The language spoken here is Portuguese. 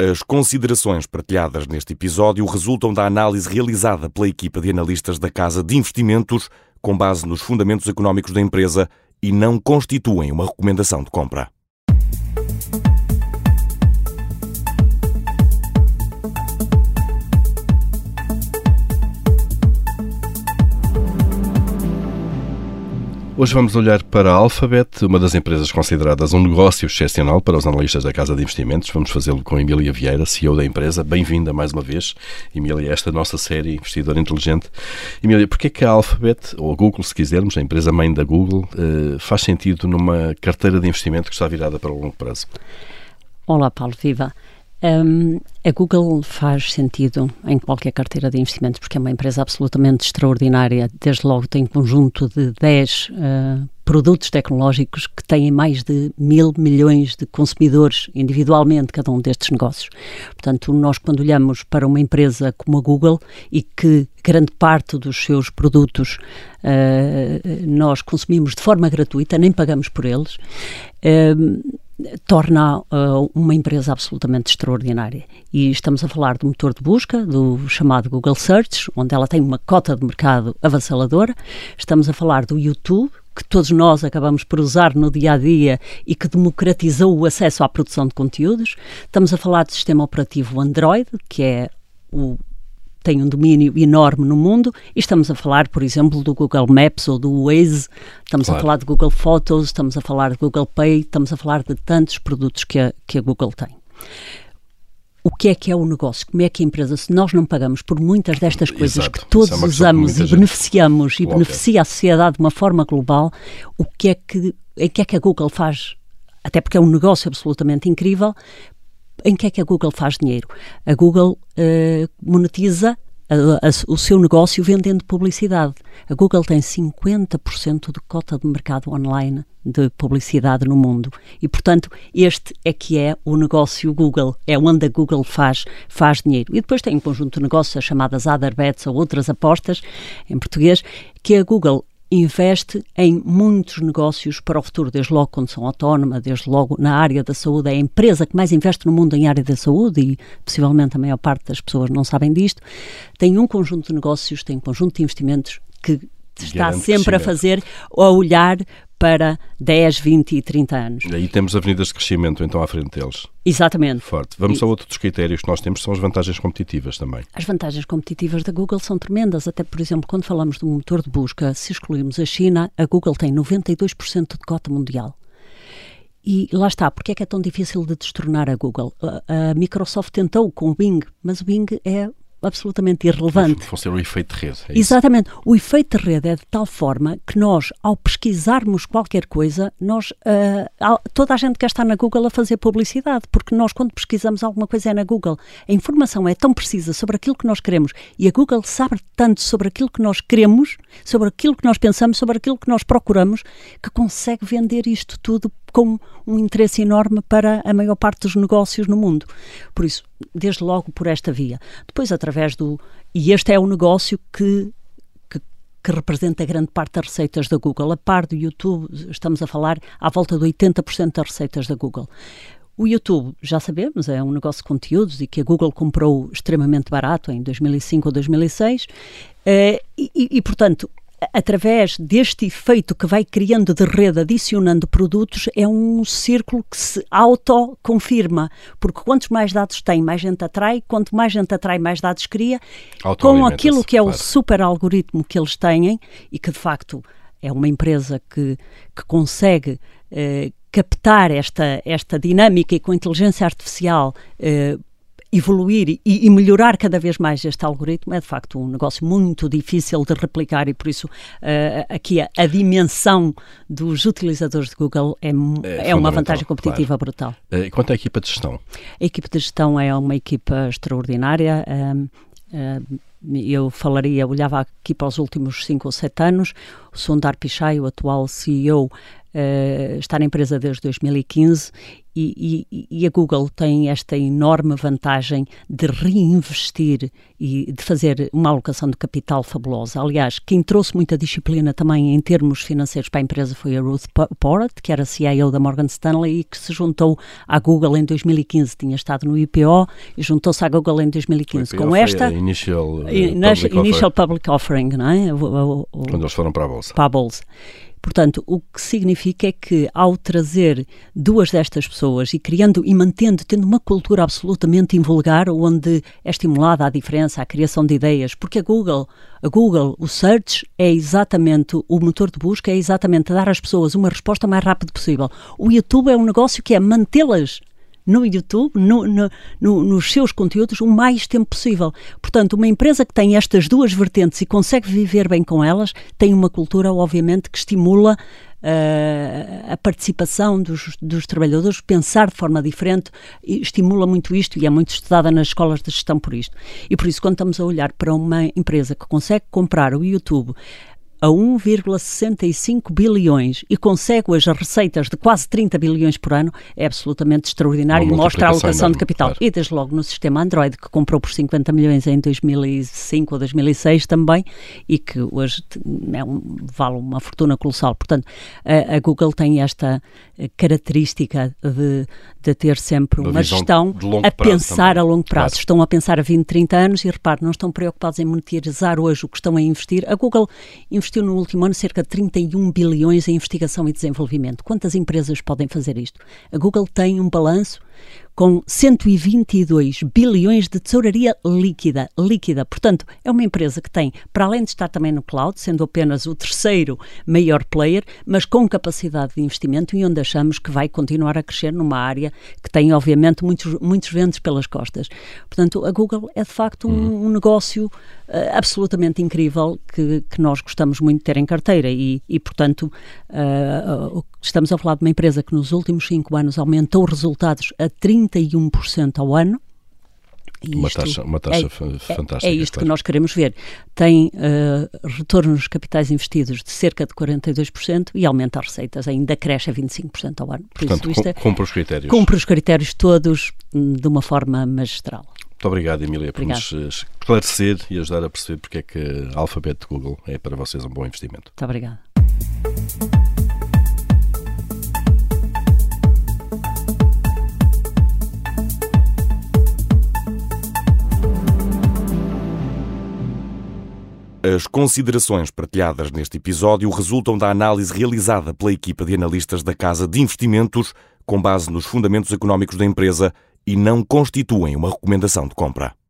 As considerações partilhadas neste episódio resultam da análise realizada pela equipa de analistas da Casa de Investimentos com base nos fundamentos económicos da empresa e não constituem uma recomendação de compra. Hoje vamos olhar para a Alphabet, uma das empresas consideradas um negócio excepcional para os analistas da Casa de Investimentos. Vamos fazê-lo com Emília Vieira, CEO da empresa. Bem-vinda mais uma vez, Emília, a esta nossa série Investidor Inteligente. Emília, porquê é que a Alphabet, ou a Google, se quisermos, a empresa mãe da Google, faz sentido numa carteira de investimento que está virada para o longo prazo? Olá, Paulo, viva. A Google faz sentido em qualquer carteira de investimentos porque é uma empresa absolutamente extraordinária. Desde logo tem um conjunto de 10 produtos tecnológicos que têm mais de 1.000 milhões de consumidores individualmente, cada um destes negócios. Portanto, nós quando olhamos para uma empresa como a Google e que grande parte dos seus produtos nós consumimos de forma gratuita, nem pagamos por eles, torna uma empresa absolutamente extraordinária. E estamos a falar do motor de busca, do chamado Google Search, onde ela tem uma cota de mercado avassaladora. Estamos a falar do YouTube, que todos nós acabamos por usar no dia-a-dia e que democratizou o acesso à produção de conteúdos. Estamos a falar do sistema operativo Android, que tem um domínio enorme no mundo, e estamos a falar, por exemplo, do Google Maps ou do Waze, estamos a falar de Google Photos, estamos a falar de Google Pay, estamos a falar de tantos produtos que a Google tem. O que é o negócio? Como é que a empresa, se nós não pagamos por muitas destas coisas que todos usamos e beneficiamos e beneficia a sociedade de uma forma global, em que é que a Google faz, até porque é um negócio absolutamente incrível, em que é que a Google faz dinheiro? A Google monetiza o seu negócio vendendo publicidade. A Google tem 50% de cota de mercado online de publicidade no mundo e, portanto, este é que é o negócio Google, é onde a Google faz dinheiro. E depois tem um conjunto de negócios, as chamadas other bets ou outras apostas, em português, que a Google investe em muitos negócios para o futuro, desde logo quando são autónoma, desde logo na área da saúde. É a empresa que mais investe no mundo em área da saúde e possivelmente a maior parte das pessoas não sabem disto. Tem um conjunto de negócios, tem um conjunto de investimentos que está sempre a olhar para 10, 20 e 30 anos. E aí temos avenidas de crescimento então à frente deles. Exatamente. Forte. Vamos a outro dos critérios que nós temos, são as vantagens competitivas também. As vantagens competitivas da Google são tremendas, até por exemplo, quando falamos do motor de busca, se excluirmos a China, a Google tem 92% de cota mundial. E lá está, porque é que é tão difícil de destronar a Google? A Microsoft tentou com o Bing, mas o Bing é absolutamente irrelevante. Vão ser o efeito de rede. Exatamente. O efeito de rede é de tal forma que nós, ao pesquisarmos qualquer coisa, toda a gente quer estar na Google a fazer publicidade, porque nós, quando pesquisamos alguma coisa, é na Google. A informação é tão precisa sobre aquilo que nós queremos e a Google sabe tanto sobre aquilo que nós queremos, sobre aquilo que nós pensamos, sobre aquilo que nós procuramos, que consegue vender isto tudo com um interesse enorme para a maior parte dos negócios no mundo. Por isso, desde logo por esta via. Depois, através e este é o negócio que representa grande parte das receitas da Google. A par do YouTube, estamos a falar à volta de 80% das receitas da Google. O YouTube, já sabemos, é um negócio de conteúdos e que a Google comprou extremamente barato em 2005 ou 2006 e portanto, através deste efeito que vai criando de rede, adicionando produtos, é um círculo que se autoconfirma, porque quantos mais dados tem, mais gente atrai, quanto mais gente atrai, mais dados cria, com aquilo que é o super algoritmo que eles têm e que de facto é uma empresa que consegue captar esta dinâmica e com inteligência artificial evoluir e melhorar cada vez mais este algoritmo. É de facto um negócio muito difícil de replicar e por isso aqui a dimensão dos utilizadores de Google é uma vantagem competitiva brutal. Quanto à equipa de gestão? A equipa de gestão é uma equipa extraordinária. Eu olhava aqui para os últimos 5 ou 7 anos, o Sundar Pichai, o atual CEO, está na empresa desde 2015 e a Google tem esta enorme vantagem de reinvestir e de fazer uma alocação de capital fabulosa. Aliás, quem trouxe muita disciplina também em termos financeiros para a empresa foi a Ruth Porat, que era CEO da Morgan Stanley e que se juntou à Google em 2015. Tinha estado no IPO e juntou-se à Google em 2015. Com esta Initial Public Offering, não é? Quando eles foram para a Bolsa. Para a Bolsa. Portanto, o que significa é que ao trazer duas destas pessoas e criando e mantendo, tendo uma cultura absolutamente invulgar, onde é estimulada a diferença, a criação de ideias, porque a Google, o Search é exatamente, o motor de busca é exatamente dar às pessoas uma resposta o mais rápido possível. O YouTube é um negócio que é mantê-las no YouTube, nos seus conteúdos, o mais tempo possível. Portanto, uma empresa que tem estas duas vertentes e consegue viver bem com elas, tem uma cultura, obviamente, que estimula a participação dos trabalhadores, pensar de forma diferente, estimula muito isto e é muito estudada nas escolas de gestão por isto. E por isso, quando estamos a olhar para uma empresa que consegue comprar o YouTube a 1,65 bilhões e consegue hoje as receitas de quase 30 bilhões por ano, é absolutamente extraordinário e mostra a alocação de capital. Claro. E desde logo no sistema Android, que comprou por 50 milhões em 2005 ou 2006 também, e que hoje vale uma fortuna colossal. Portanto, a Google tem esta característica de ter sempre uma gestão a pensar a longo prazo. Claro. Estão a pensar a 20, 30 anos e, repare, não estão preocupados em monetizar hoje o que estão a investir. A Google investiu no último ano cerca de 31 bilhões em investigação e desenvolvimento. Quantas empresas podem fazer isto? A Google tem um balanço com 122 bilhões de tesouraria líquida. Portanto, é uma empresa que tem, para além de estar também no cloud, sendo apenas o terceiro maior player, mas com capacidade de investimento e onde achamos que vai continuar a crescer numa área que tem, obviamente, muitos ventos pelas costas. Portanto, a Google é, de facto, um negócio absolutamente incrível que nós gostamos muito de ter em carteira e portanto, estamos a falar de uma empresa que nos últimos 5 anos aumentou resultados a 31% ao ano. Uma taxa fantástica. É isto que nós queremos ver. Tem retornos nos capitais investidos de cerca de 42% e aumenta as receitas, ainda cresce a 25% ao ano. Portanto, cumpre os critérios. Cumpre os critérios todos de uma forma magistral. Muito obrigado, Emília, por nos esclarecer e ajudar a perceber porque é que a Alphabet de Google é para vocês um bom investimento. Muito obrigada. As considerações partilhadas neste episódio resultam da análise realizada pela equipa de analistas da Casa de Investimentos com base nos fundamentos económicos da empresa e não constituem uma recomendação de compra.